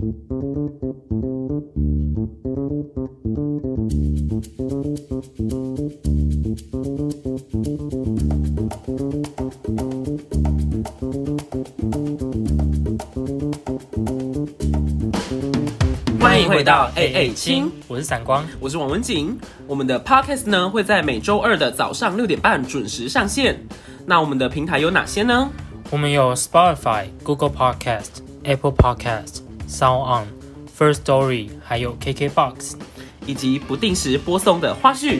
欢迎回到 AA 亲， 我是闪光， 我是王文景。我们的 Podcast 呢会在每周二的早上6点半准时上线。那我们的平台有哪些呢？ 我们有 Spotify、Google Podcast、Apple Podcast、SoundOn、First Story， 还有 KKBOX， 以及不定时播送的花絮。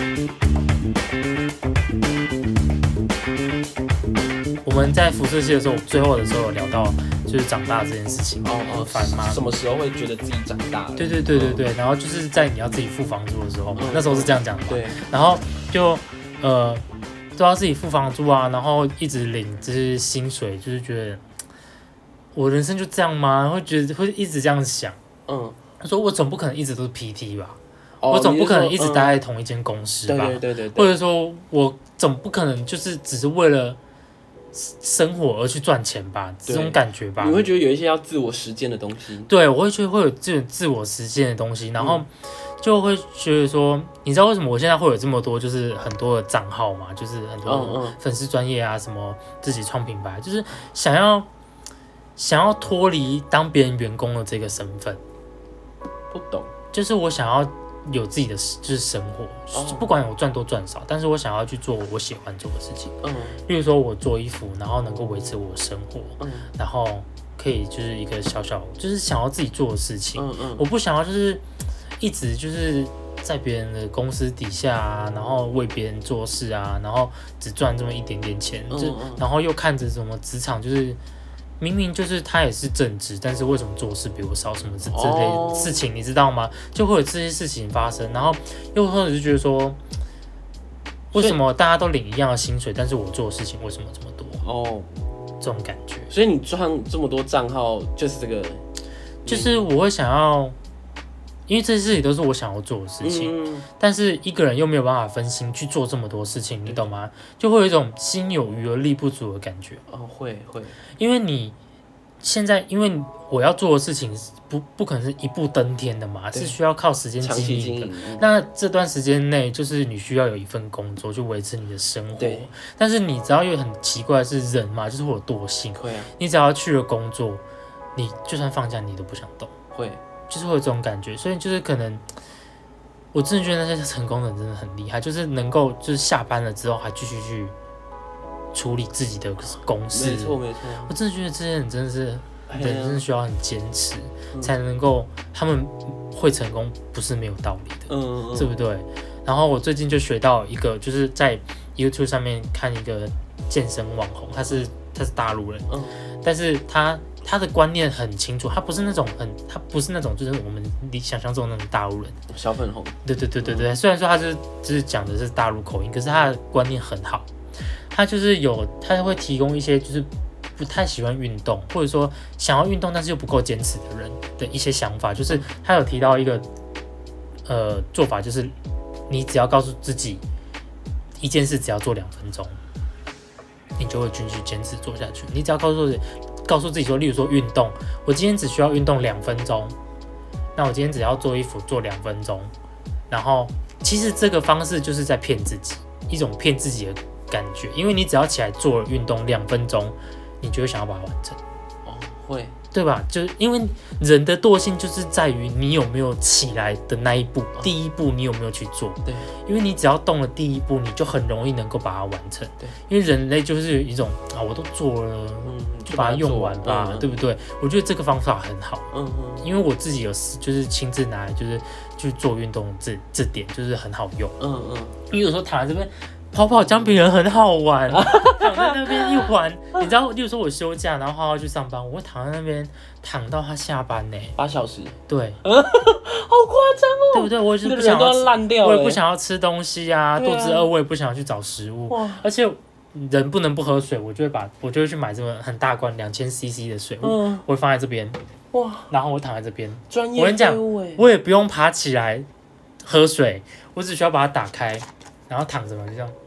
我们在辐射系的时候，最后的时候有聊到就是长大这件事情，很烦吗？ 什么时候会觉得自己长大了？ 对，然后就是在你要自己付房租的时候，那时候是这样讲的嘛。 对， 然后就都要自己付房租啊，然后一直领就是薪水，就是觉得我人生就这样吗？会觉得会一直这样想。他说我总不可能一直都是 PT 吧，我总不可能一直待在同一间公司吧， 对， 或者说我总不可能就是只是为了生活而去赚钱吧，这种感觉吧。 你会觉得有一些要自我实践的东西。 对，我会觉得会有这种自我实践的东西，然后就会覺得說，你知道為什麼我現在會有這麼多，就是很多的賬號嘛，就是很多粉絲專業啊，什麼自己創品牌，就是想要脫離當別人員工的這個身份。 不懂， 就是我想要有自己的就是生活，不管我賺多賺少，但是我想要去做我喜歡做的事情。例如說我做衣服，然後能夠維持我的生活，然後可以就是一個小小，就是想要自己做的事情。我不想要就是一直就是在別人的公司底下啊，然後為別人做事啊，然後只賺這麼一點點錢，然後又看着什麼職場就是明明就是他也是正職，但是為什麼做事比我少什麼這類事情，你知道嗎？就會有這些事情發生，然後又或者是覺得說，為什麼大家都領一樣的薪水，但是我做的事情為什麼這麼多？這種感覺。 所以你賺這麼多賬號就是這個， 就是我會想要。因為這些事情都是我想要做的事情，但是一個人又沒有辦法分心去做這麼多事情，你懂嗎？就會有一種心有餘而力不足的感覺。 會， 因為你現在，因為我要做的事情不可能是一步登天的嘛，是需要靠時間經營的。那這段時間內，就是你需要有一份工作去維持你的生活。但是你知道，又很奇怪的是人嘛，就是會有惰性。你只要去了工作，你就算放假，你都不想動。就是會有這種感覺，所以就是可能，我真的覺得那些成功的人真的很厲害，就是能夠就是下班了之後還繼續去處理自己的公事。沒錯。我真的覺得這些人真的是人真的需要很堅持，才能夠他們會成功，不是沒有道理的，對不對？然後我最近就學到一個，就是在 YouTube 上面看一個健身網紅，他是大陸人，但是他的觀念很清楚，他不是那種就是我們想象中的那種大陸人， 小粉紅。對， 雖然說他就是講的是大陸口音，可是他的觀念很好。他會提供一些就是不太喜歡運動，或者說想要運動但是又不夠堅持的人的一些想法，就是他有提到一個做法，就是你只要告訴自己一件事只要做2分鐘，你就會繼續堅持做下去。你只要告訴自己說，例如說運動，我今天只需要運動2分鐘，那我今天只要做衣服做2分鐘，然後其實這個方式就是在騙自己，一種騙自己的感覺，因為你只要起來做了運動2分鐘，你就會想要把它完成。 會。 對吧？就是因為人的惰性就是在於你有沒有起來的那一步，第一步你有沒有去做？對，因為你只要動了第一步，你就很容易能夠把它完成。對，因為人類就是有一種我都做了，就把它用完吧，對不對？我覺得這個方法很好。因為我自己有就是親自拿來就是去做運動，這點就是很好用。因為有時候躺在這邊。跑跑薑餅人很好玩，躺在那邊一玩，你知道，例如說我休假，然後浩浩去上班，我會躺在那邊躺到他下班呢，8小時，對，好誇張哦，對不對？我就是不想要爛掉，我也不想要吃東西啊，肚子餓我也不想要去找食物，而且人不能不喝水，我就會去買這麼很大罐2000cc 的水，我會放在這邊，然後我躺在這邊，我跟你講，我也不用爬起來喝水，我只需要把它打開，然後躺着嘛，就這樣。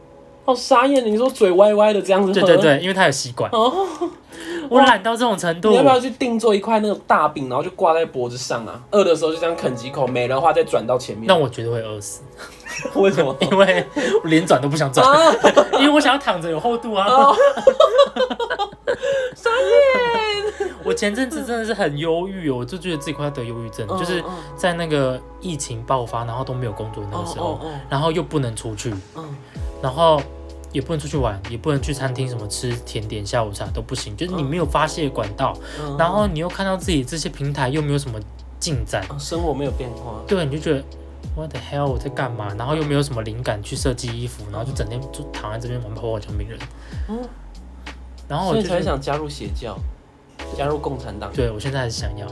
好傻眼！你说嘴歪歪的这样子喝？ 对，因为他有吸管。我懒到这种程度。 你要不要去定做一块那个大饼，然后就挂在脖子上啊？饿的时候就这样啃几口，没的话再转到前面。 那我绝对会饿死。 为什么？ 因为我连转都不想转，因为我想要躺着有厚度啊。 傻眼！ 我前阵子真的是很忧郁，我就觉得自己快要得忧郁症，就是在那个疫情爆发，然后都没有工作的那个时候，然后又不能出去，然后也不能出去玩，也不能去餐厅什么吃甜点、下午茶都不行，就是你没有发泄管道，然后你又看到自己这些平台又没有什么进展， 生活没有变化， 对，你就觉得 What the hell 我在干嘛？然后又没有什么灵感去设计衣服，然后就整天就躺在这边玩泡泡姜饼人，然后我就才想加入邪教，加入共产党。 对，我现在还是想要，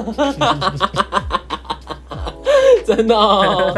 真的哦。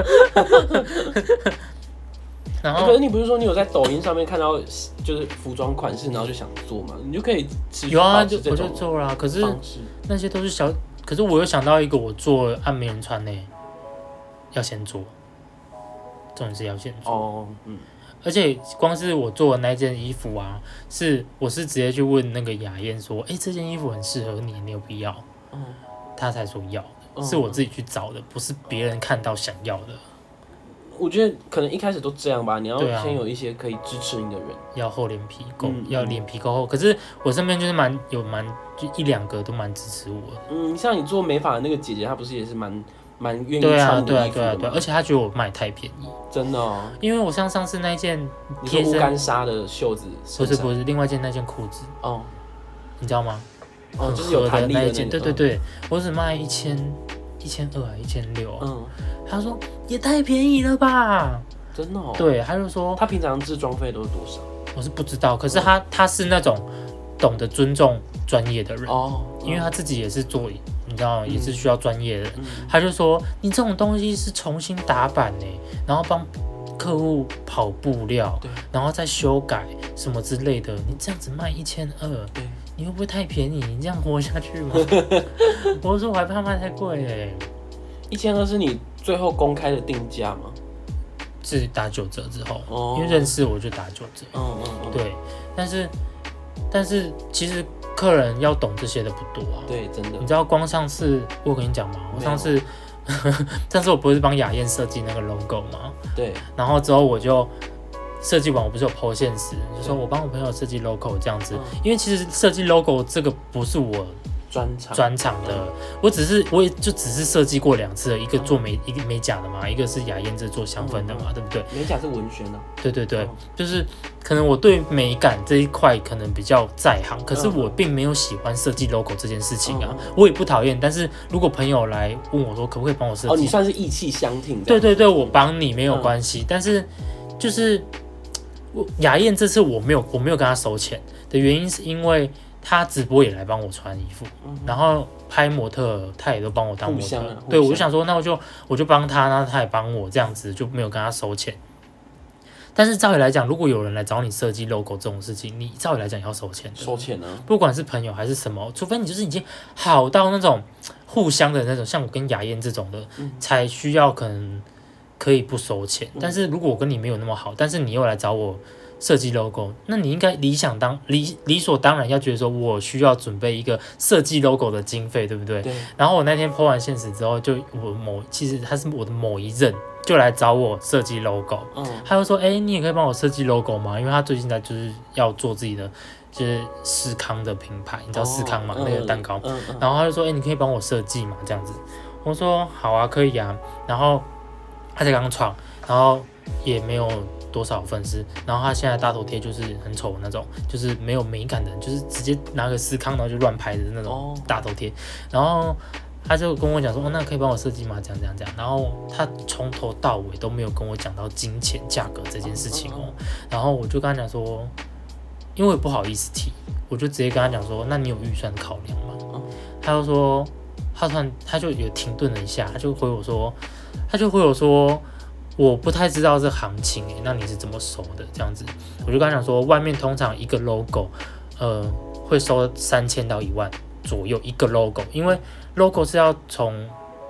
然后， 可是你不是说你有在抖音上面看到就是服装款式，然后就想做嘛？你就可以持续保持这种我就做了，可是那些都是小，可是我又想到一个，我做按没人穿呢，要先做，重点是要先做。而且光是我做的那件衣服啊，我是直接去问那个雅燕说，这件衣服很适合你，你有必要？他才说要的，是我自己去找的，不是别人看到想要的。 我觉得可能一开始都这样吧，你要先有一些可以支持你的人， 要厚脸皮够，要脸皮够厚。可是我身边就是就一两个都蛮支持我的。 像你做美发的那个姐姐，她不是也是蛮愿意穿你的衣服的吗？ 对，而且她觉得我卖太便宜， 真的哦。因为我像上次那一件贴身乌干纱的袖子， 不是，另外一件那件裤子哦，你知道吗？ 就是有弹力的那一件，对，我只卖1200还1600。他说也太便宜了吧， 真的哦。对， 他就说他平常制装费都是多少？ 我是不知道，可是他是那种懂得尊重专业的人因为他自己也是做，你知道也是需要专业的人。他就说你这种东西是重新打版然后帮客户跑布料，然后再修改什么之类的，你这样子卖1200，你会不会太便宜？你这样活下去吗？我说我还怕卖太贵 1200是你最后公开的定价吗？ 是打9折之后，因为认识我就打9折。对，但是其实客人要懂这些的不多啊。 对，真的。你知道光上次我有跟你讲吗？我上次我不是帮雅燕设计那个 logo 吗？ 对。 然后之后我就设计完，我不是有 po 现实，就说我帮我朋友设计 logo 这样子。因为其实设计 logo 这个不是我专场的，我也就只是设计过2次，一个做一个美甲的嘛，一个是雅燕这做香氛的嘛，对不对？ 美甲是文宣啊。 对，就是可能我对美感这一块可能比较在行，可是我并没有喜欢设计 logo 这件事情啊，我也不讨厌。但是如果朋友来问我说可不可以帮我设计， 你算是意气相挺。 对，我帮你没有关系，但是就是雅燕这次我没有跟他收钱的原因是因为他直播也来帮我穿衣服，然后拍模特他也都帮我当模特，对，我就想说那我就帮他，然后他也帮我，这样子就没有跟他收钱。但是照理来讲，如果有人来找你设计 logo 这种事情，你照理来讲也要收钱的。 收钱啊！ 不管是朋友还是什么，除非你就是已经好到那种互相的那种，像我跟雅燕这种的，才需要可能可以不收钱。但是如果我跟你没有那么好，但是你又来找我设计 logo， 那你应该理所当然要觉得说我需要准备一个设计 logo 的经费，对不对？ 对。 然后我那天 po 完现实之后，其实他是我的某一任就来找我设计 logo，他就说你也可以帮我设计 logo 吗？因为他最近在就是要做自己的就是思康的品牌，你知道思康吗？那个蛋糕，然后他就说你可以帮我设计嘛，这样子。我说好啊，可以啊。然后他才刚创，然后也没有多少粉丝，然后他现在大头贴就是很丑那种，就是没有美感的，就是直接拿个思康然后就乱拍的那种大头贴，然后他就跟我讲说那可以帮我设计吗？这样，然后他从头到尾都没有跟我讲到金钱价格这件事情然后我就跟他讲说，因为我也不好意思提，我就直接跟他讲说，那你有预算考量吗？他就说他就有停顿了一下，他就回我说我不太知道这行情那你是怎么收的？这样子，我就跟他讲说，外面通常一个 logo，会收3000到1万左右一个 logo，因为 logo 是要从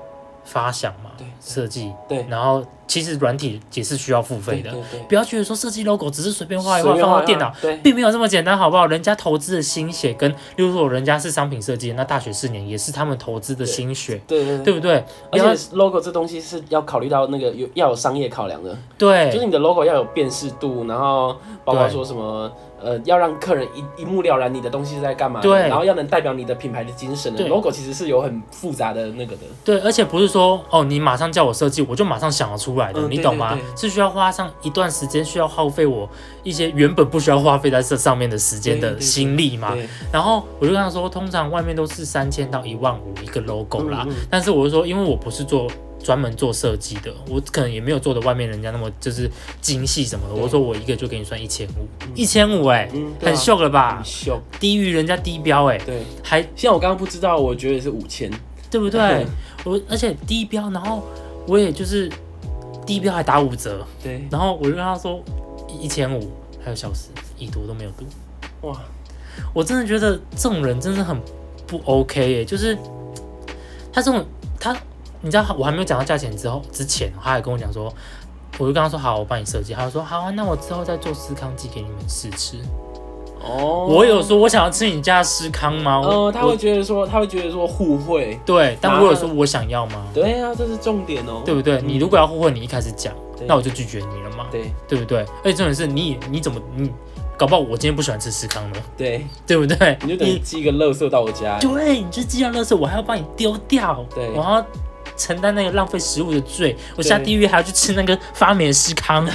发想嘛，设计， 对， 然后其实软体也是需要付费的， 对， 不要觉得说设计 logo 只是随便画一画放到电脑，并没有这么简单，好不好？人家投资的心血跟，例如说人家是商品设计，那大学4年也是他们投资的心血，对不对？ 而且 logo 这东西是要考虑到那个要有商业考量的， 对， 就是你的 logo 要有辨识度，然后包括说什么。要让客人一目了然你的东西是在干嘛的，然后要能代表你的品牌的精神的 logo 其实是有很复杂的那个的。 对，而且不是说你马上叫我设计，我就马上想得出来的，你懂吗？是需要花上一段时间，需要耗费我一些原本不需要花费在这上面的时间的心力嘛。然后我就跟他说，通常外面都是3000到15000一个 logo 啦，但是我就说，因为我不是专门做设计的，我可能也没有做的外面人家那么就是精细什么的。我说我一个就给你算1500，1500很秀了吧？ 很秀， 低于人家低标对，还像我刚刚不知道，我觉得是5000， 对不对？而且低标，然后我也就是低标还打5折， 对， 然后我就跟他说1500，还有小时已读都没有读，哇！我真的觉得这种人真的很不 OK 耶，就是他这种你知道我还没有讲到价钱之前，他还跟我讲说，我就跟他说好，我帮你设计。他就说好啊，那我之后再做司康寄给你们试吃。我有说我想要吃你家的司康吗？ 他会觉得说互惠。 对，但我有说我想要吗？ 对啊，这是重点哦， 对不对？你如果要互惠，你一开始讲，那我就拒绝你了嘛。对不对？而且重点是你怎么搞不好我今天不喜欢吃司康呢？对不对？ 你就等于寄一个垃圾到我家。 对，你就寄到垃圾，我还要帮你丢掉。 对， 我要承担那个浪费食物的罪，我下地狱还要去吃那个发霉的司康。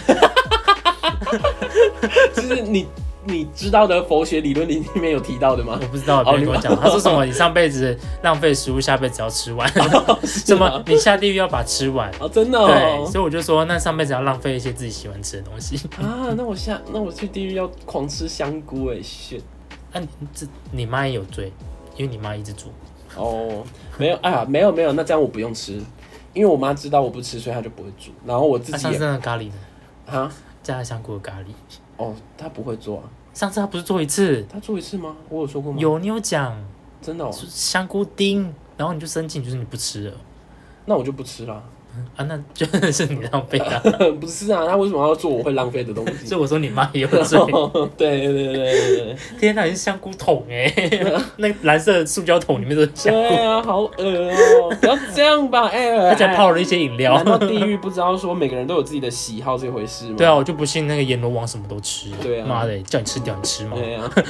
就是你知道的佛学理论里面有提到的吗？ 我不知道，别人跟我讲，他说什么你上辈子浪费食物，下辈子要吃完，什么你下地狱要把吃完真的对，所以我就说那上辈子要浪费一些自己喜欢吃的东西啊，那我去地狱要狂吃香菇shit。 你妈也有罪，因为你妈一直煮。 没有，那这样我不用吃，因为我妈知道我不吃，所以她就不会煮。然后我自己上次那个咖喱呢？ 啊， 加了香菇的咖喱。 她不会做啊。 上次她不是做一次？ 她做一次吗？我有说过吗？ 有，你有讲。 真的香菇丁，然后你就生气，就是你不吃了。 那我就不吃了。 那真的是你浪费啊！ 不是啊，他为什么要做我会浪费的东西？ 所以我说你妈也有罪。 对。天哪，你是香菇桶那蓝色的塑胶桶里面都是香菇。 对啊，好恶哦！不要这样吧，而且泡了一些饮料。 难道地狱不知道说每个人都有自己的喜好这回事吗？ 对啊，我就不信那个阎罗王什么都吃。 对啊， 妈的，叫你吃掉你吃吗？ 对啊。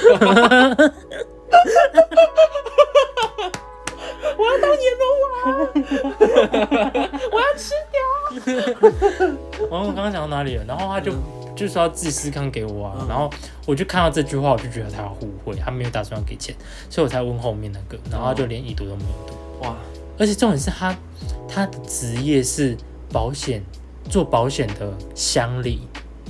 我要当阎罗王，我要吃掉。 我刚刚讲到哪里了？然后他就说要寄司康给我啊，然后我就看到这句话，我就觉得他要互惠，他没有打算要给钱，所以我才问后面那个，然后他就连已读都没有读。哇！而且重点是他的职业是做保险的乡里，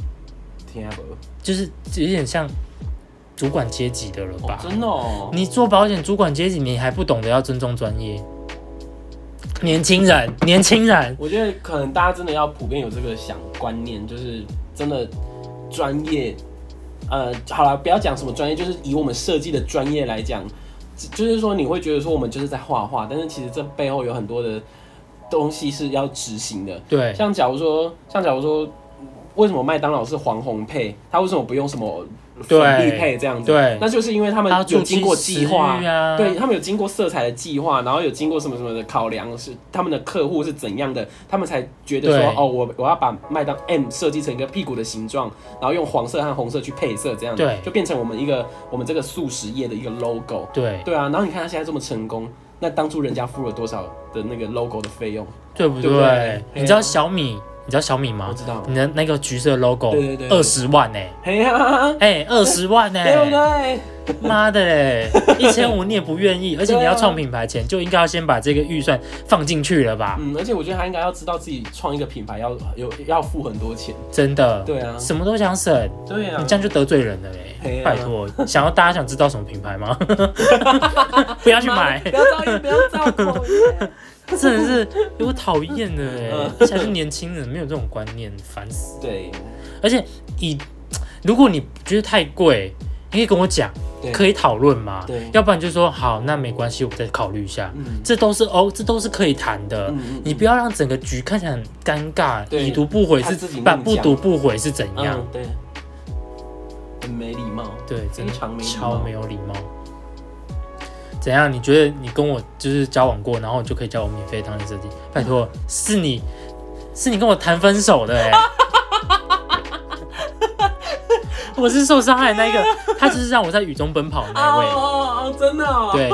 就是有点像主管阶级的了吧？ 真的哦！ 你做保险主管阶级，你还不懂得要尊重专业？年轻人， 我觉得可能大家真的要普遍有这个观念，就是真的专业。好了，不要讲什么专业，就是以我们设计的专业来讲，就是说你会觉得说我们就是在画画，但是其实这背后有很多的东西是要执行的。 对， 像假如说，为什么麦当劳是黄红配，它为什么不用什么粉绿配这样子？ 对， 那就是因为他们有经过计划，对他们有经过色彩的计划，然后有经过什么什么的考量，是他们的客户是怎样的，他们才觉得说，我要把麦当 M 设计成一个屁股的形状，然后用黄色和红色去配色，这样子，就变成我们这个素食业的一个 logo。对啊，然后你看他现在这么成功，那当初人家付了多少的那个 logo 的费用， 对不对？你知道小米吗？ 我知道， 你的那个橘色 logo， 对 20万20万对不对？ 妈的嘞，1500你也不愿意，而且你要创品牌前就应该要先把这个预算放进去了吧？ 而且我觉得他应该要知道自己创一个品牌要付很多钱， 真的。 对啊， 什么都想省， 对啊， 你这样就得罪人了嘞。拜托，大家想知道什么品牌吗？不要去买， 不要造口业。 真的是有个讨厌的而且还是年轻人没有这种观念，烦死。 对， 而且如果你觉得太贵， 你可以跟我讲，可以讨论嘛？要不然就说好，那没关系，我再考虑一下。这都是可以谈的。你不要让整个局看起来很尴尬，已读不回是不读不回是怎样？ 对，很没礼貌。 对，真的超没有礼貌。怎样？你觉得你跟我就是交往过，然后你就可以叫我免费当设计？拜托，是你跟我谈分手的我是受伤害的那一个，他就是让我在雨中奔跑的那一位。 真的哦。 对。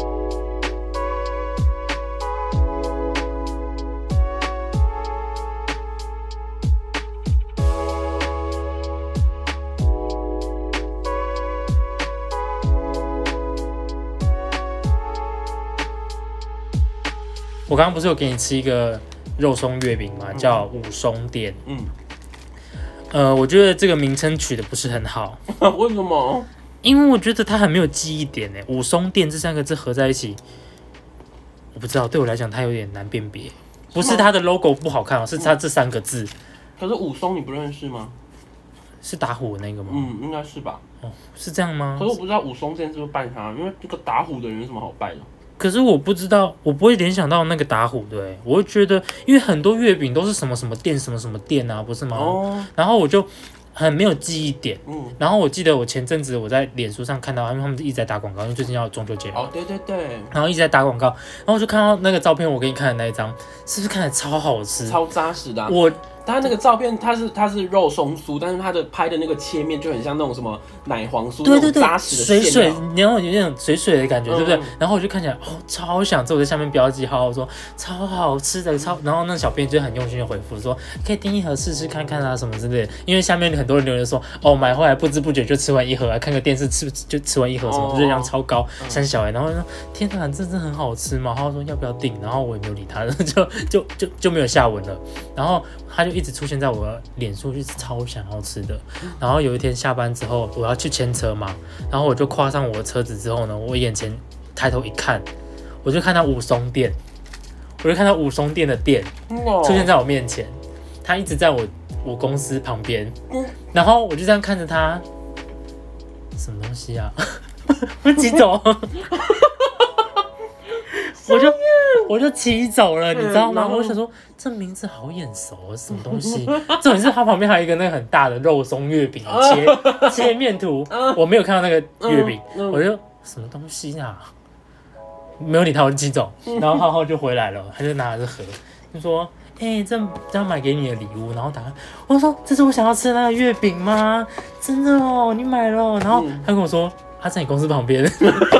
我刚刚不是有给你吃一个肉松月饼吗？叫武松店。我觉得这个名称取得不是很好。 为什么？ 因为我觉得它很没有记忆点诶。武松店这3个字合在一起，我不知道，对我来讲它有点难辨别。不是它的 logo 不好看是它这3个字。 可是武松你不认识吗？ 是打虎的那个吗？ 应该是吧。 是这样吗？ 可是我不知道武松店是不是拜他，因为这个打虎的人有什么好拜的？ 可是我不知道，我不会联想到那个打虎的，我会觉得，因为很多月饼都是什么什么店、什么什么店啊，不是吗？然后我就很没有记忆点。然后我记得我前阵子我在脸书上看到，因为他们一直在打广告，因为最近要中秋节嘛。 对。 然后一直在打广告，然后我就看到那个照片，我给你看的那一张，是不是看起来超好吃、 超扎实的？他那个照片，它是肉松酥，但是它的拍的那个切面就很像那种什么奶黄酥，那种扎实的水，然后有那种水的感觉，对不对？然后我就看起来超想吃，我在下面标记号说超好吃的然后那小编就很用心的回复说可以订1盒试试看看啊什么之类的，因为下面很多人留言说买回来不知不觉就吃完1盒啊，看个电视就吃完1盒什么，热量超高，三小孩，然后说天哪，这真的很好吃嘛？然后说要不要订，然后我也没有理他，就没有下文了，然后他就一直出现在我的脸书，就是超想要吃的。然后有一天下班之后，我要去牵车嘛，然后我就跨上我的车子之后呢，我眼前抬头一看，我就看到武松店，的店出现在我面前，他一直在我公司旁边，然后我就这样看着他，什么东西啊？我骑走。我就骑走了，你知道吗？我想说这名字好眼熟，什么东西？重点是它旁边还有一个那个很大的肉松月饼切面图，我没有看到那个月饼，我就什么东西啊？没有理他，我就骑走。然后浩浩就回来了，他就拿着盒，就说：“这要买给你的礼物。”然后打开，我说：“这是我想要吃的那个月饼吗？真的哦，你买了。”然后他跟我说：“他在你公司旁边。”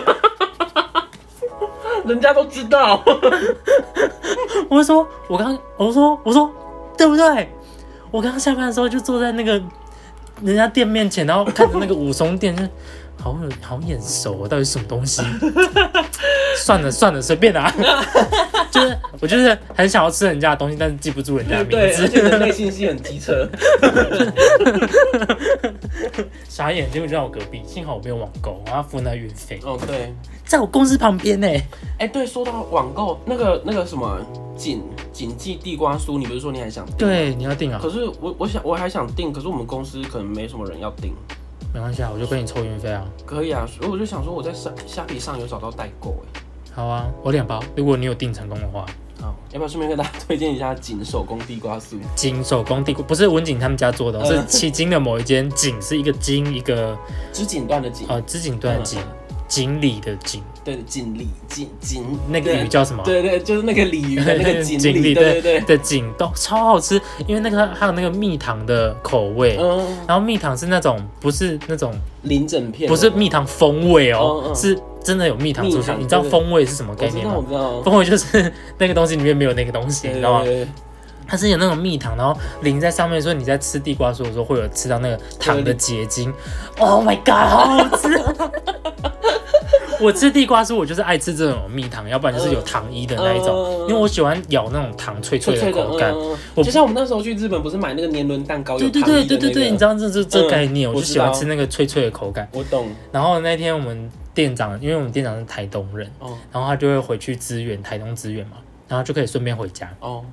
人家都知道。 我说对不对？我刚刚下班的时候就坐在那个人家店面前，然后看着那个武松店，就好眼熟，到底是什么东西？算了，随便啦。就是我就是很想要吃人家的东西，但是记不住人家的名字， 而且人类信息很机车。 傻眼，结果就在我隔壁，幸好我没有网购，我要付那运费。 对，在我公司旁边呢。 对，说到网购，那个什么锦记地瓜酥，你不是说你还想订？ 对，你要订啊。 可是我还想订，可是我们公司可能没什么人要订。 没关系啊，我就跟你抽运费啊。 可以啊，所以我就想说我在虾皮上有找到代购好啊，我2包，如果你有订成功的话。 好，要不要顺便跟大家推荐一下锦手工地瓜酥？ 锦手工地瓜不是文景他们家做的，是旗津的某一间。锦是一个金，一个织锦缎的锦， 织锦缎的锦，锦鲤的锦。 对，锦鲤锦那个鱼叫什么？ 对，就是那个鲤鱼的那个锦鲤， 对的锦都超好吃，因为那个还有那个蜜糖的口味，然后蜜糖是那种不是那种零整片， 不是蜜糖风味是真的有蜜糖出现。你知道风味是什么概念吗？ 我知道， 风味就是那个东西里面没有那个东西，你知道吗？它是有那种蜜糖，然后淋在上面，所以你在吃地瓜酥的时候会有吃到那个糖的结晶。Oh my god， 好好吃！我吃地瓜酥，我就是爱吃这种蜜糖，要不然就是有糖衣的那一种，因为我喜欢咬那种糖脆脆的口感。 就像我们那时候去日本，不是买那个年轮蛋糕，有糖衣的那个。 对，你知道这概念，我就喜欢吃那个脆脆的口感。 我懂。 然后那天我们店长，因为我们店长是台东人，然后他就会回去支援台东支援嘛，然后就可以顺便回家。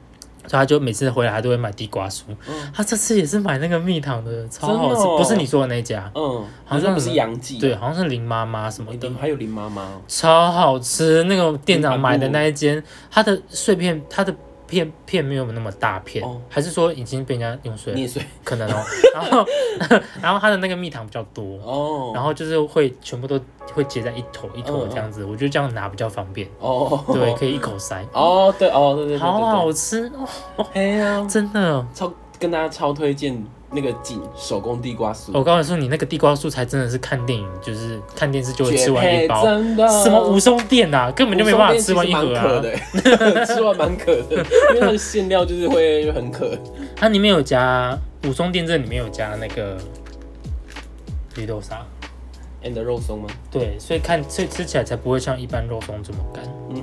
所以他就每次回来他都会买地瓜酥。他这次也是买那个蜜糖的，超好吃，不是你说的那家， 好像不是杨记， 对，好像是林妈妈什么的， 还有林妈妈， 超好吃。那个店长买的那一间，它的碎片，它的片没有那么大片，还是说已经被人家用碎了？ 捏碎可能然后它的那个蜜糖比较多，然后就是会全部都会结在一坨一坨这样子，我觉得这样拿比较方便。对，可以一口塞。 对， 好好吃真的跟大家超推荐那个锦手工地瓜酥。 我告诉你，那个地瓜酥才真的是看电影，就是看电视就会吃完一包，什么武松店啊，根本就没办法吃完一盒啊。 吃完蛮渴的，因为它的馅料就是会很渴。 它里面有加武松店，这里面有加那个绿豆沙 and 肉松吗？ 对，所以吃起来才不会像一般肉松这么干。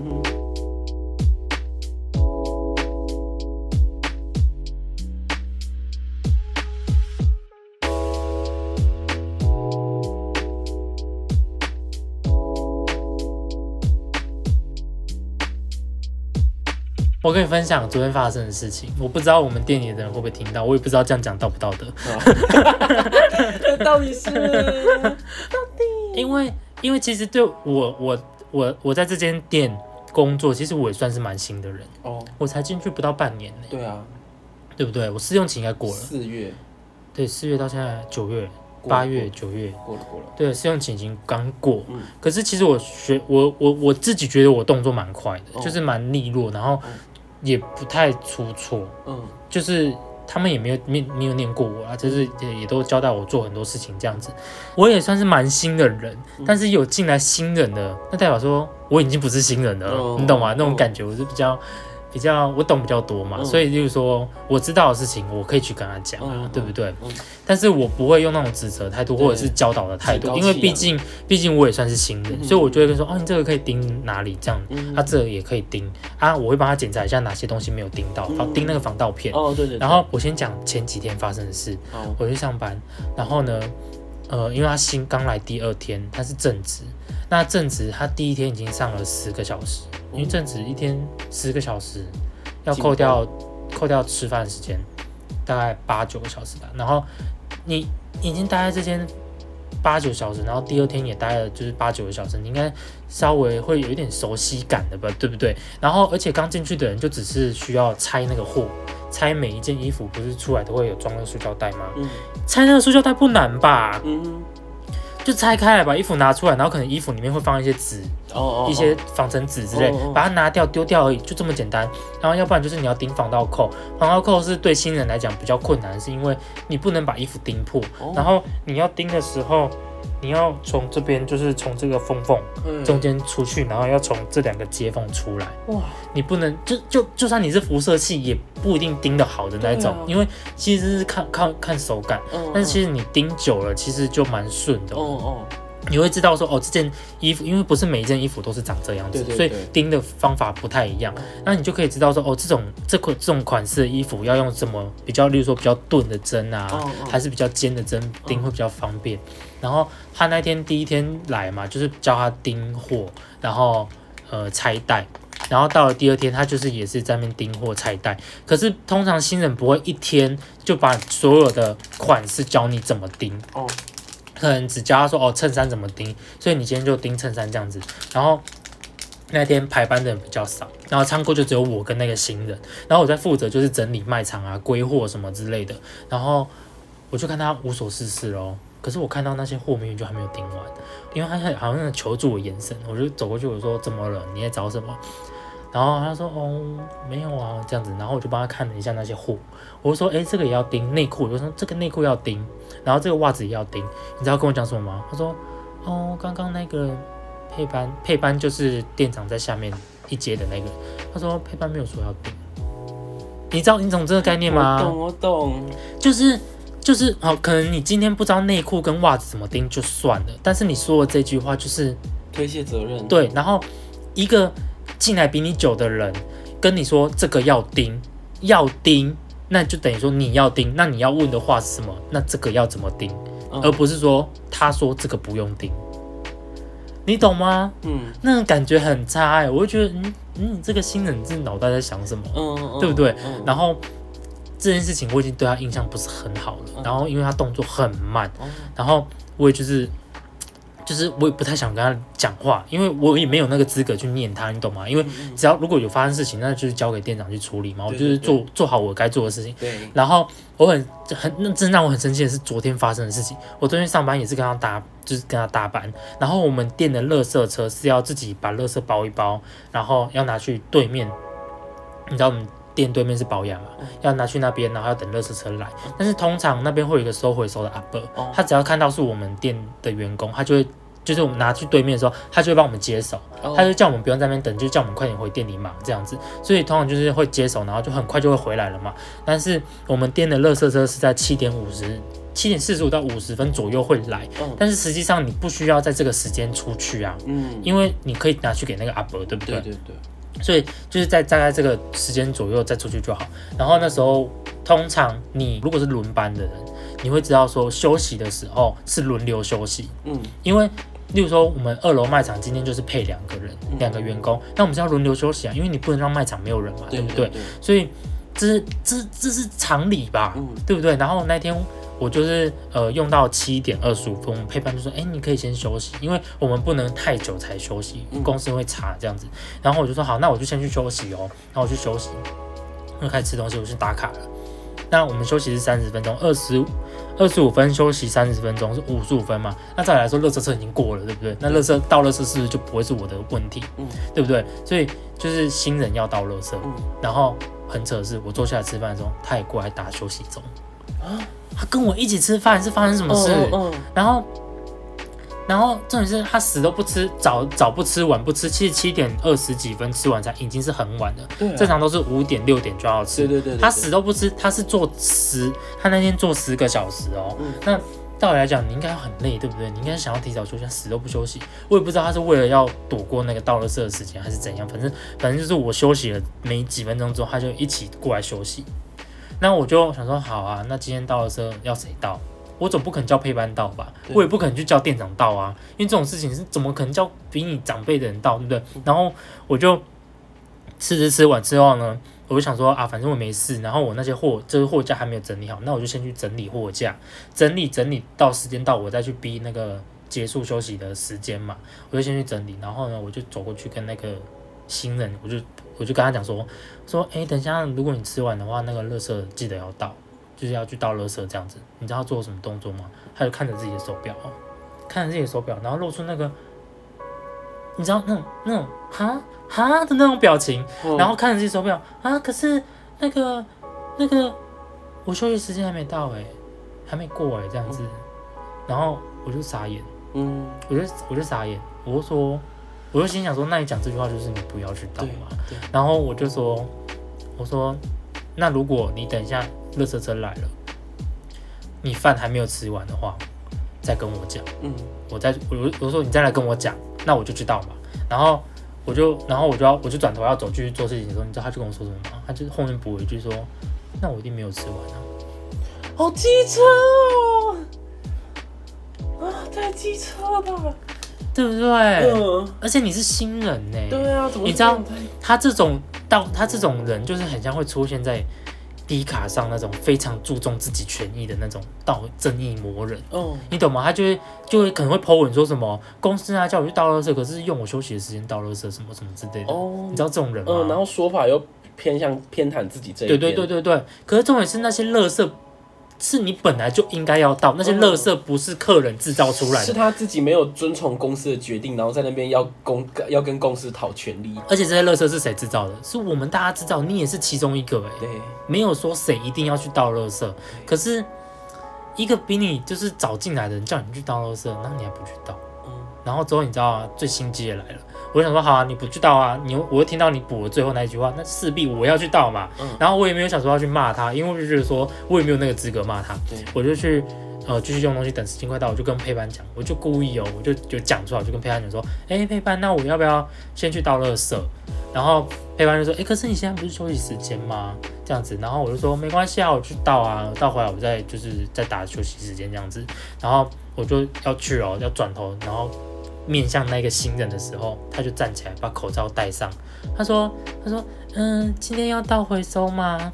我跟你分享昨天发生的事情，我不知道我们店里的人会不会听到，我也不知道这样讲道不道德。 到底是？ 因为其实对我在这间店工作，其实我也算是蛮新的人我才进去不到半年呢。 对啊， 对不对？我试用期应该过了。 4月。对 ，4月到现在9月、8月、9月过了。 对，试用期已经刚过。可是其实我自己觉得我动作蛮快的，就是蛮利落，然后也不太出错。就是他们也没有念过我啊，就是也都交代我做很多事情这样子。我也算是蛮新的人，但是有进来新人的，那代表说我已经不是新人了，你懂吗？那种感觉我是比较我懂比较多嘛，所以就是说我知道的事情我可以去跟他讲对不对？但是我不会用那种指责态度或者是教导的态度，因为毕竟我也算是新人，所以我就会跟说你这个可以钉哪里这样，这个也可以钉我会帮他检查一下哪些东西没有钉到，钉那个防盗片。 对。 然后我先讲前几天发生的事。我去上班，然后呢，因为他刚来第2天，他是正职。那正职他第1天已经上了10个小时，因为正职1天10个小时，要扣掉吃饭时间，大概8-9个小时吧。然后你已经待在这间8-9小时，然后第2天也待了就是8-9个小时，你应该稍微会有一点熟悉感的吧，对不对？然后而且刚进去的人就只是需要拆那个货，拆每一件衣服，不是出来都会有装那个塑胶袋吗？拆那个塑胶袋不难吧？就拆开来把衣服拿出来，然后可能衣服里面会放一些纸，一些防尘纸之类，把它拿掉丢掉而已，就这么简单。然后要不然就是你要钉防盗扣，防盗扣是对新人来讲比较困难，是因为你不能把衣服钉破，然后你要钉的时候，你要从这边就是从这个缝中间出去，然后要从这2个接缝出来。你不能就算你是辐射器，也不一定钉得好的那种，因为其实是看手感，但是其实你钉久了，其实就蛮顺的。你会知道说这件衣服，因为不是每一件衣服都是长这样子，所以钉的方法不太一样。那你就可以知道说这种款式的衣服要用什么比较，例如说比较钝的针还是比较尖的针钉会比较方便。然后他那天第1天来嘛，就是教他钉货，然后拆带。然后到了第2天，他就是也是在那边钉货拆带。可是通常新人不会1天就把所有的款式教你怎么钉，可能只教他说衬衫怎么钉，所以你今天就钉衬衫这样子。然后那天排班的人比较少，然后仓库就只有我跟那个新人，然后我在负责就是整理卖场归货什么之类的。然后我就看他无所事事咯，可是我看到那些货明明就还没有钉完，因为他好像求助我眼神，我就走过去我说怎么了？你在找什么？然后他说没有啊这样子，然后我就帮他看了一下那些货，我就说这个也要钉内裤，我就说这个内裤要钉，然后这个袜子也要钉。你知道跟我讲什么吗？他说刚刚那个配班就是店长在下面一阶的那个，他说配班没有说要钉。你懂这个概念吗？ 我懂， 就是可能你今天不知道内裤跟袜子怎么钉就算了，但是你说的这句话就是推卸责任。 对，然后一个进来比你久的人跟你说这个要钉，那就等于说你要钉，那你要问的话是什么？那这个要怎么钉？而不是说他说这个不用钉。 你懂吗？那种感觉很差我就觉得，你这个新人这脑袋在想什么？对不对？然后这件事情我已经对他印象不是很好了，然后因为他动作很慢，然后我也就是我也不太想跟他讲话，因为我也没有那个资格去念他，你懂吗？因为只要如果有发生事情，那就是交给店长去处理嘛。我就是做好我该做的事情。然后那真让我很生气的是昨天发生的事情。我昨天上班也是跟他搭班，然后我们店的垃圾车是要自己把垃圾包一包，然后要拿去对面，你知道我们店对面是保养嘛，要拿去那边，然后要等垃圾车来。但是通常那边会有一个收回收的阿伯，他只要看到是我们店的员工，他就会就是我们拿去对面的时候，他就会帮我们接手，他就叫我们不用在那边等，就叫我们快点回店里忙这样子。所以通常就是会接手，然后就很快就会回来了嘛。但是我们店的垃圾车是在7点45到50分左右会来，但是实际上你不需要在这个时间出去啊，因为你可以拿去给那个阿伯，对不对？对。所以就是在大概这个时间左右再出去就好。然后那时候通常你如果是轮班的人，你会知道说休息的时候是轮流休息，因为例如说我们2楼卖场今天就是配2个人，2个员工，那我们是要轮流休息啊，因为你不能让卖场没有人嘛，对不对？所以这是常理吧，对不对？然后那天我就是用到7点25分，我们配班就说，你可以先休息，因为我们不能太久才休息，公司会查这样子。然后我就说好，那我就先去休息哦。然后我去休息，就开始吃东西，我去打卡了。那我们休息是30分钟，25分休息30分钟是55分嘛？那再来说，垃圾车已经过了，对不对？那倒垃圾是不是就不会是我的问题，对不对？所以就是新人要倒垃圾，然后很扯的是，我坐下来吃饭的时候，他也过来打休息钟。他跟我一起吃饭是发生什么事？然后重点是他死都不吃，早不吃晚不吃，其实7点20几分吃晚餐已经是很晚了，正常都是5点6点就要吃。对，他死都不吃，他那天做10个小时哦。那道理来讲，你应该很累，对不对？你应该想要提早休息，死都不休息。我也不知道他是为了要躲过那个倒垃圾的时间，还是怎样。反正就是我休息了没几分钟之后，他就一起过来休息。那我就想说，好啊，那今天倒垃圾要谁倒？我总不可能叫配班倒吧，我也不可能去叫店长倒啊，因为这种事情是怎么可能叫比你长辈的人倒，对不对？然后我就吃完之后呢，我就想说啊，反正我没事，然后我那些这个货架还没有整理好，那我就先去整理货架，整理到时间到，我再去逼那个结束休息的时间嘛，我就先去整理，然后呢，我就走过去跟那个新人，我就跟他讲说，等一下，如果你吃完的话，那个垃圾记得要倒。就是要去倒垃圾这样子，你知道他做什么动作吗？他就看着自己的手表，然后露出那个，你知道那种哈的那种表情，然后看着自己手表啊，可是那个我休息时间还没到还没过这样子，然后我就傻眼，我就傻眼，我就心想说，那你讲这句话就是你不要去倒嘛，然后我说那如果你等一下垃圾车来了，你饭还没有吃完的话，再跟我讲。我说你再来跟我讲，那我就知道嘛。然后我就转头要走去做事情的时候，你知道他就跟我说什么吗？他就后面补了一句说，那我一定没有吃完啊。 好机车哦！太机车了， 对不对？而且你是新人呢。 对啊，怎么你知道他这种人就是很像会出现在D卡上那种非常注重自己权益的那种正义魔人，你懂吗？他就会可能会 po 文说什么公司叫我去倒垃圾，可是用我休息的时间倒垃圾什么什么之类的，你知道这种人吗？ 然后说法又偏袒自己这一边， 对。可是重点是那些垃圾是你本来就应该要倒，那些垃圾不是客人制造出来的， 是他自己没有遵从公司的决定，然后在那边要跟公司讨权利。 而且这些垃圾是谁制造的？是我们大家制造，你也是其中一个对， 没有说谁一定要去倒垃圾，可是一个比你就是早进来的人叫你去倒垃圾，然后你还不去倒，然后之后你知道最心机也来了。我就想说好啊，你不去倒啊，我会听到你补了最后那一句话，那势必我要去倒嘛。然后我也没有想说要去骂他，因为我就觉得说我也没有那个资格骂他，我就去继续用东西，等时间快到，我就跟配班讲，我就故意我就讲出来，我就跟配班讲说，配班，那我要不要先去倒垃圾？然后配班就说，可是你现在不是休息时间吗？这样子，然后我就说没关系啊，我去倒啊，倒回来我再打休息时间这样子，然后我就要去要转头，然后面向那个新人的时候，他就站起来把口罩戴上。他说，今天要到回收吗？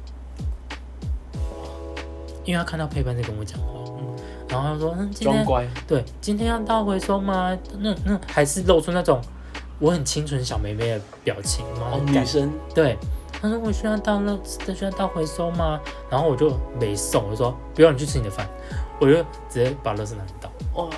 因为他看到配班在跟我讲话，然后他说，今天对，今天要到回收吗？那还是露出那种我很清纯小妹妹的表情， 女生对。他说我需要到回收吗？然后我就没送，我就说不用，你去吃你的饭，我就直接把垃圾拿倒。 哇，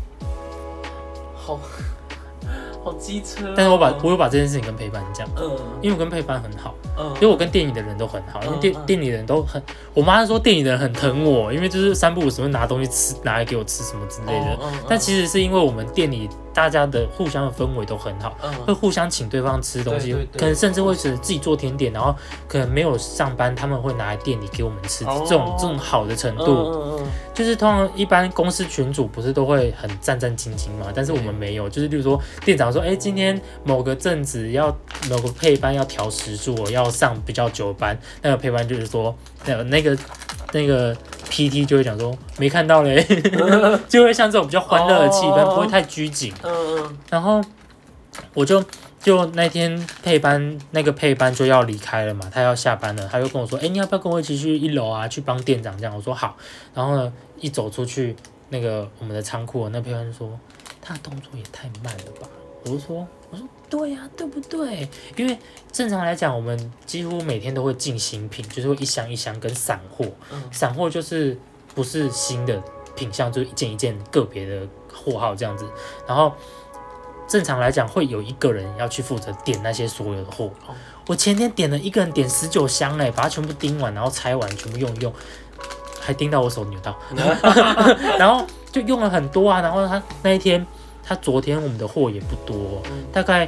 好机车、 但是我有把这件事情跟陪伴讲，因为我跟陪伴很好，因为我跟店里的人都很好，因为店里的人都很，我妈说店里的人很疼我，因为就是3不5时会拿东西吃，拿来给我吃什么之类的。但其实是因为我们店里大家的互相的氛围都很好，会互相请对方吃东西，可能甚至会自己做甜点，然后可能没有上班，他们会拿来店里给我们吃，这种好的程度，就是通常一般公司群组不是都会很战兢兢嘛，但是我们没有，就是例如说店长说，今天某个阵子某个配班要调时数，我要上比较久班，那个配班就是说那个 PT 就会讲说没看到嘞，就会像这种比较欢乐的气氛，不会太拘谨。然后我就那天那个配班就要离开了嘛，他要下班了，他就跟我说，你要不要跟我一起去1楼啊，去帮店长这样？我说好。然后呢，一走出去那个我们的仓库，那配班就说他的动作也太慢了吧。我说对呀，对不对？因为正常来讲，我们几乎每天都会进新品，就是会一箱一箱跟散货。散货就是不是新的品项，就是一件一件个别的货号这样子。然后正常来讲，会有一个人要去负责点那些所有的货。我前天点了一个人点19箱把它全部叮完，然后拆完，全部用，还叮到我手扭到，然后就用了很多啊。然后他那一天。他昨天我们的货也不多，大概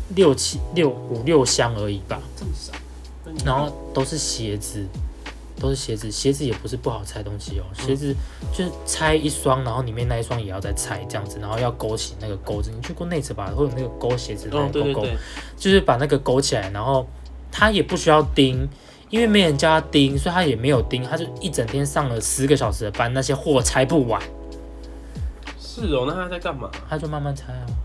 5-6箱而已吧， 这么少。 然后都是鞋子，鞋子也不是不好拆的东西哦，鞋子就是拆一双，然后里面那一双也要再拆这样子，然后要勾起那个钩子。你去过内侧吧，会有那个勾鞋子的那个钩，就是把那个勾起来，然后他也不需要钉。因为没人叫他钉，所以他也没有钉，他就一整天上了10个小时的班，那些货拆不完。 是哦，那他在干嘛？ 他就慢慢拆啊，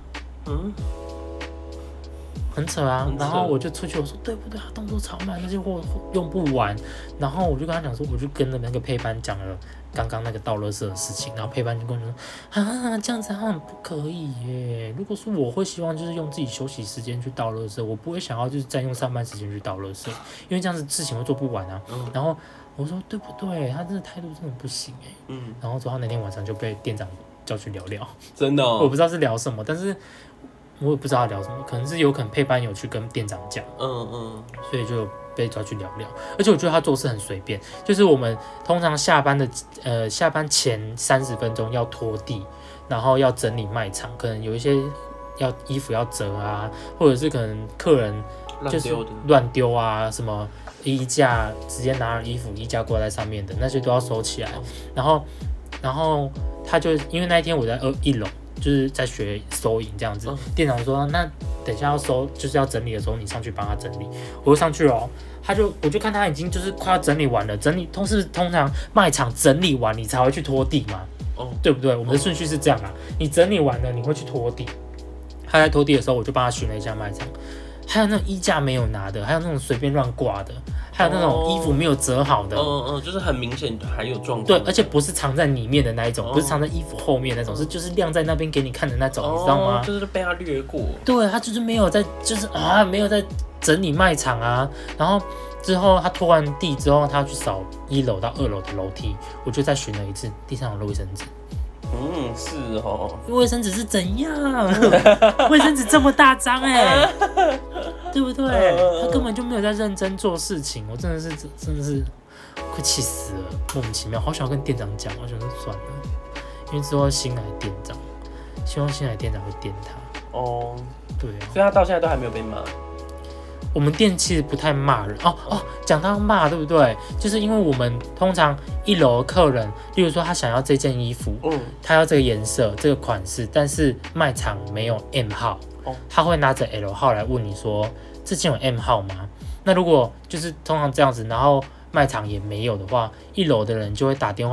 很扯啊。然后我就出去，我说对不对？他动作超慢，那些货用不完。然后我就跟他讲说，我就跟那个配班讲了刚刚那个倒垃圾的事情。然后配班就跟我说这样子很不可以耶。如果说我会希望就是用自己休息时间去倒垃圾，我不会想要就是占用上班时间去倒垃圾，因为这样子事情会做不完啊。然后我说对不对？他这个态度真的不行然后之后那天晚上就被店长叫去聊， 真的我不知道是聊什么，但是我也不知道聊什么，可能是有可能配班有去跟店长讲，所以就被抓去聊。而且我觉得他做事很随便，就是我们通常下班前30分钟要拖地，然后要整理卖场，可能有一些衣服要折啊，或者是可能客人就是乱丢啊，什么衣架直接拿衣服衣架挂在上面的那些都要收起来，然后他就因为那一天我在1楼，就是在学收银这样子。店长说，那等一下要收，就是要整理的时候，你上去帮他整理。我就上去了，我就看他已经就是快要整理完了，通常卖场整理完你才会去拖地嘛，对不对？我们的顺序是这样啊，你整理完了你会去拖地。他在拖地的时候，我就帮他巡了一下卖场，还有那种衣架没有拿的，还有那种随便乱挂的。还有那种衣服没有折好的， 就是很明显还有状况。 对，而且不是藏在里面的那一种，不是藏在衣服后面那种，是就是晾在那边给你看的那种，你知道吗？ 就是被他略过。 对，他就是没有在，没有在整理卖场啊。然后之后他拖完地之后，他要去扫1楼到2楼的楼梯，我就再巡了一次，地上有卫生纸。 是哦。 卫生纸是怎样？卫生纸这么大张对不对？他根本就没有在认真做事情，我真的是快气死了，莫名其妙，好想要跟店长讲，我想说算了，因为之后新来店长，希望新来店长会电他。对啊， 所以他到现在都还没有被骂。 我们店其实不太骂人讲到骂对不对？就是因为我们通常1楼客人，例如说他想要这件衣服，他要这个颜色、这个款式，但是卖场没有 M 号，他会拿着 L 号来问你说这件有 M 号吗？那如果就是通常这样子，然后卖场也没有的话，1楼的人就会打电话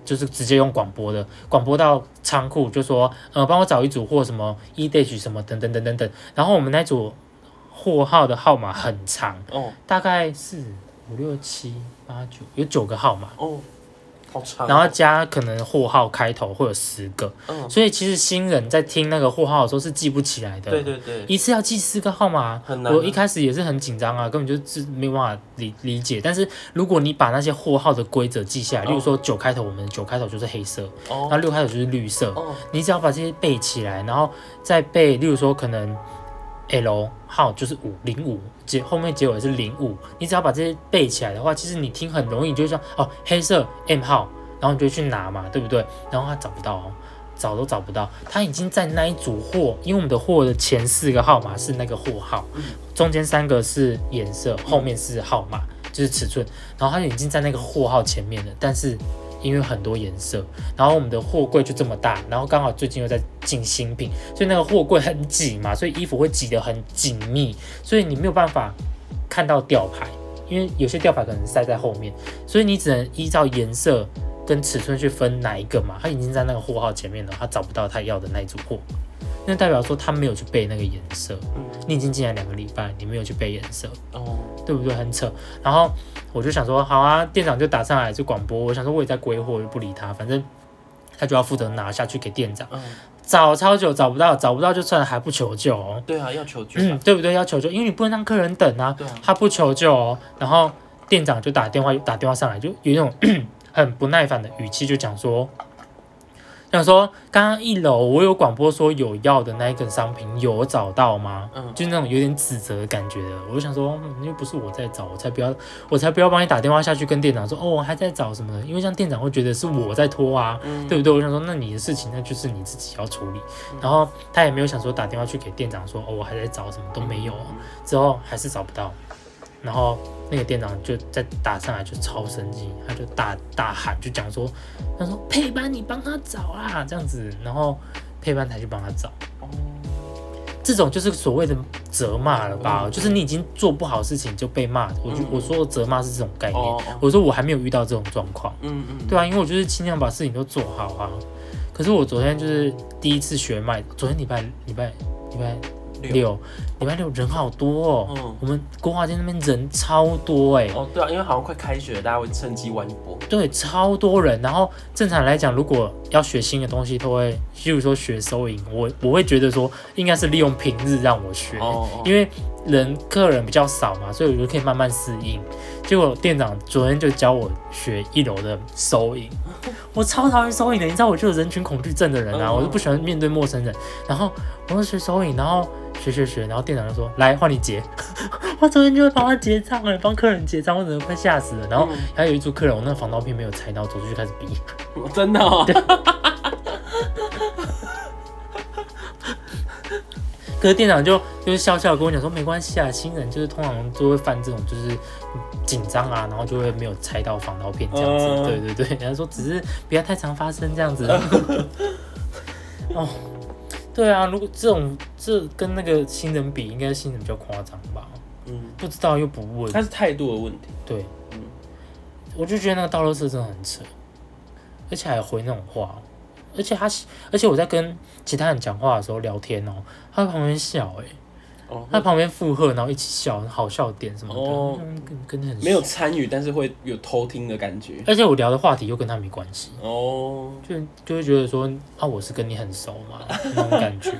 就是直接用广播的，广播到仓库就说，帮我找一组货，什么 E-Dash 什么等等等等等。然后我们那组货号的号码很长，大概是5、6、7、8、9，有9个号码。 好长。 然后加可能货号开头会有10个，所以其实新人在听那个货号的时候是记不起来的。 对对对， 一次要记10个号码， 很难。 我一开始也是很紧张啊，根本就是没有办法理解。但是如果你把那些货号的规则记下来，例如说9开头，我们9开头就是黑色，然后6开头就是绿色，你只要把这些背起来，然后再背，例如说可能 L 号就是505，后面结尾是05，你只要把这些背起来的话，其实你听很容易，你就会说黑色 M 号，然后你就去拿嘛，对不对？然后他找不到找都找不到，他已经在那一组货，因为我们的货的前4个号码是那个货号，中间3个是颜色，后面是号码，就是尺寸，然后他已经在那个货号前面了，但是因为很多颜色，然后我们的货柜就这么大，然后刚好最近又在进新品，所以那个货柜很挤嘛，所以衣服会挤得很紧密，所以你没有办法看到吊牌，因为有些吊牌可能塞在后面，所以你只能依照颜色跟尺寸去分哪一个嘛，他已经在那个货号前面了，他找不到他要的那一组货，那代表说他没有去背那个颜色，你已经进来2个礼拜，你没有去背颜色，对不对？很扯。然后我就想说，好啊，店长就打上来就广播，我想说我也在归货，我就不理他，反正他就要负责拿下去给店长。找超久找不到就算了，还不求救哦。 对啊，要求救， 对不对？要求救，因为你不能让客人等啊。他不求救哦，然后店长就打电话上来，就有一种很不耐烦的语气，就讲说，刚刚1楼我有广播说有要的那一个商品有找到吗？就那种有点指责的感觉的。我就想说，又不是我在找，我才不要帮你打电话下去跟店长说，我还在找什么的，因为像店长会觉得是我在拖啊，对不对？我想说，那你的事情那就是你自己要处理。然后他也没有想说打电话去给店长说，我还在找什么都没有，之后还是找不到。然后那个店长就再打上来就超生气，他就大喊就讲说，他说配班你帮他找啦这样子，然后配班才去帮他找。这种就是所谓的责骂了吧，就是你已经做不好事情就被骂。我说的责骂是这种概念，我说我还没有遇到这种状况，对啊，因为我就是尽量把事情都做好啊。可是我昨天就是第一次学卖，昨天礼拜6人好多哦，我们国华街那边人超多对啊，因为好像快开学了，大家会趁机玩一波。 对，超多人。然后正常来讲，如果要学新的东西，都会，例如说学收银，我会觉得说应该是利用平日让我学，因为客人比较少嘛，所以我就可以慢慢适应。结果店长昨天就教我学1楼的收银，我超讨厌收银的，你知道我就有人群恐惧症的人啊，我就不喜欢面对陌生人。然后我就学收银，然后学，然后店长就说来换你结，我昨天就会帮他结账帮客人结账，我真的快吓死了。然后还有一组客人，我那个防盗片没有拆到，走出去开始逼， 真的哦。 可是店长就是笑笑跟我讲说，没关系啊，新人就是通常都会犯这种就是紧张啊，然后就会没有拆到防盗片这样子，对对对，然后说只是不要太常发生这样子。对啊，如果这跟那个新人比，应该新人比较夸张吧？不知道又不问， 他是态度的问题。 对，我就觉得那个倒垃圾真的很扯，而且还回那种话，而且我在跟其他人讲话的时候聊天他在旁边笑他在旁边附和，然后一起笑，好笑点什么的，跟很没有参与，但是会有偷听的感觉。 而且我聊的话题又跟他没关系就会觉得说我是跟你很熟嘛那种感觉。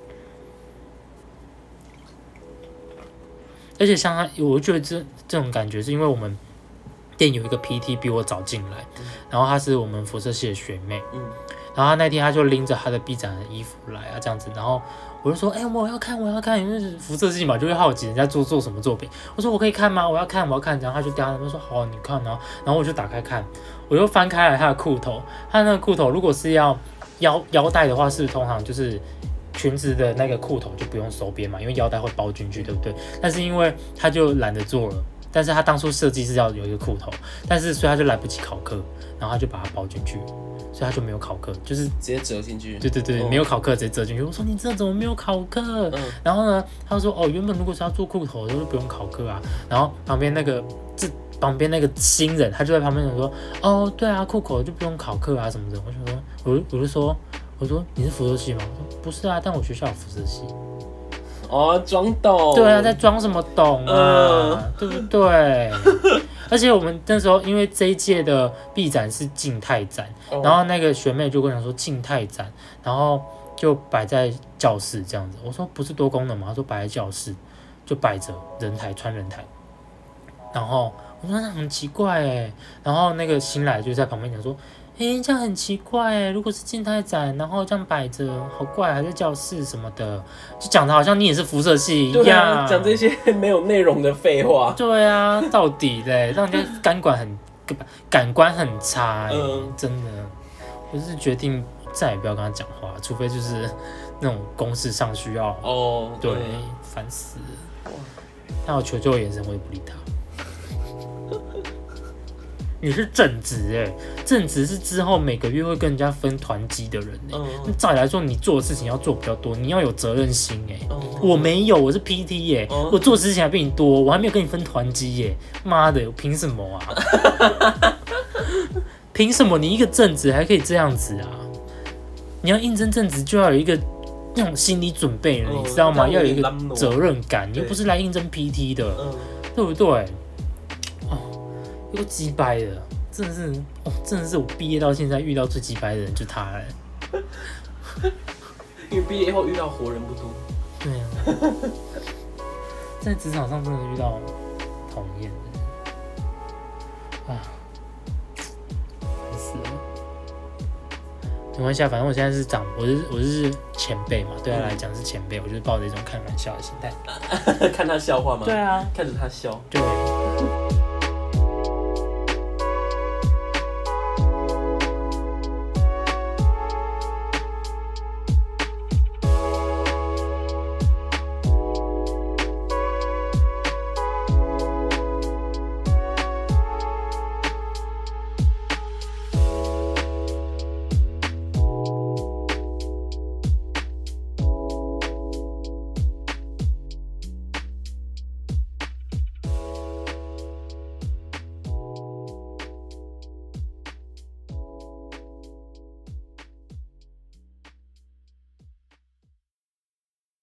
而且像我觉得这种感觉是因为我们店有一个 PT 比我早进来，然后她是我们辐射系的学妹，然后她那天她就拎着她的 B 展的衣服来这样子，然后我就说我要看，因为辐射系嘛，就会好奇人家做什么作品。我说我可以看吗？我要看。然后他就叼，他说好，你看然后我就打开看，我就翻开了他的裤头，他那个裤头如果是要腰带的话，是通常就是裙子的那个裤头就不用收边嘛，因为腰带会包进去，对不对？但是因为他就懒得做了， 但是他当初设计是要有一个裤头，但是所以他就来不及考课，然后他就把它包进去，所以他就没有考课，就是直接折进去。 对，没有考课直接折进去。我说你这怎么没有考课？然后呢，他说原本如果是要做裤头的就不用考课啊。然后旁边那个新人他就在旁边说对啊，裤口就不用考课啊什么的。我说你是辐射系吗？我说不是啊，但我学校有辐射系。 装懂。 对啊，在装什么懂啊？对不对？而且我们那时候因为这一届的毕展是静态展，然后那个学妹就跟我讲说静态展，然后就摆在教室这样子。我说不是多功能吗？她说摆在教室就摆着人台穿人台，然后我说那很奇怪哎，然后那个新来就在旁边讲说。这样很奇怪哎！如果是静态展，然后这样摆着，好怪，还在教室什么的，就讲的好像你也是辐射系一样，对啊， 讲这些没有内容的废话。 对啊，到底嘞，让人家感官很差真的。我是决定再也不要跟他讲话，除非就是那种公事上需要。对，烦死了。他有求救的眼神，我也不理他。你是正职正职是之后每个月会跟人家分团积的人照理来说，你做的事情要做比较多，你要有责任心我没有，我是 PT 我做的事情还比你多，我还没有跟你分团积妈的，凭什么啊？凭什么你一个正职还可以这样子啊？你要应征正职就要有一个那种心理准备了，你知道吗？要有一个责任感，你又不是来应征 PT 的，对不对？又鸡掰的，真的是我毕业到现在遇到最鸡掰的人就他了。 因为毕业后遇到活人不多。 对啊，在职场上真的遇到讨厌的烦死了。没关系啊，反正我现在是我是前辈嘛，对他来讲是前辈，我就是抱着一种开玩笑的心态。 看他笑话吗？ 对啊， 看着他笑。 对。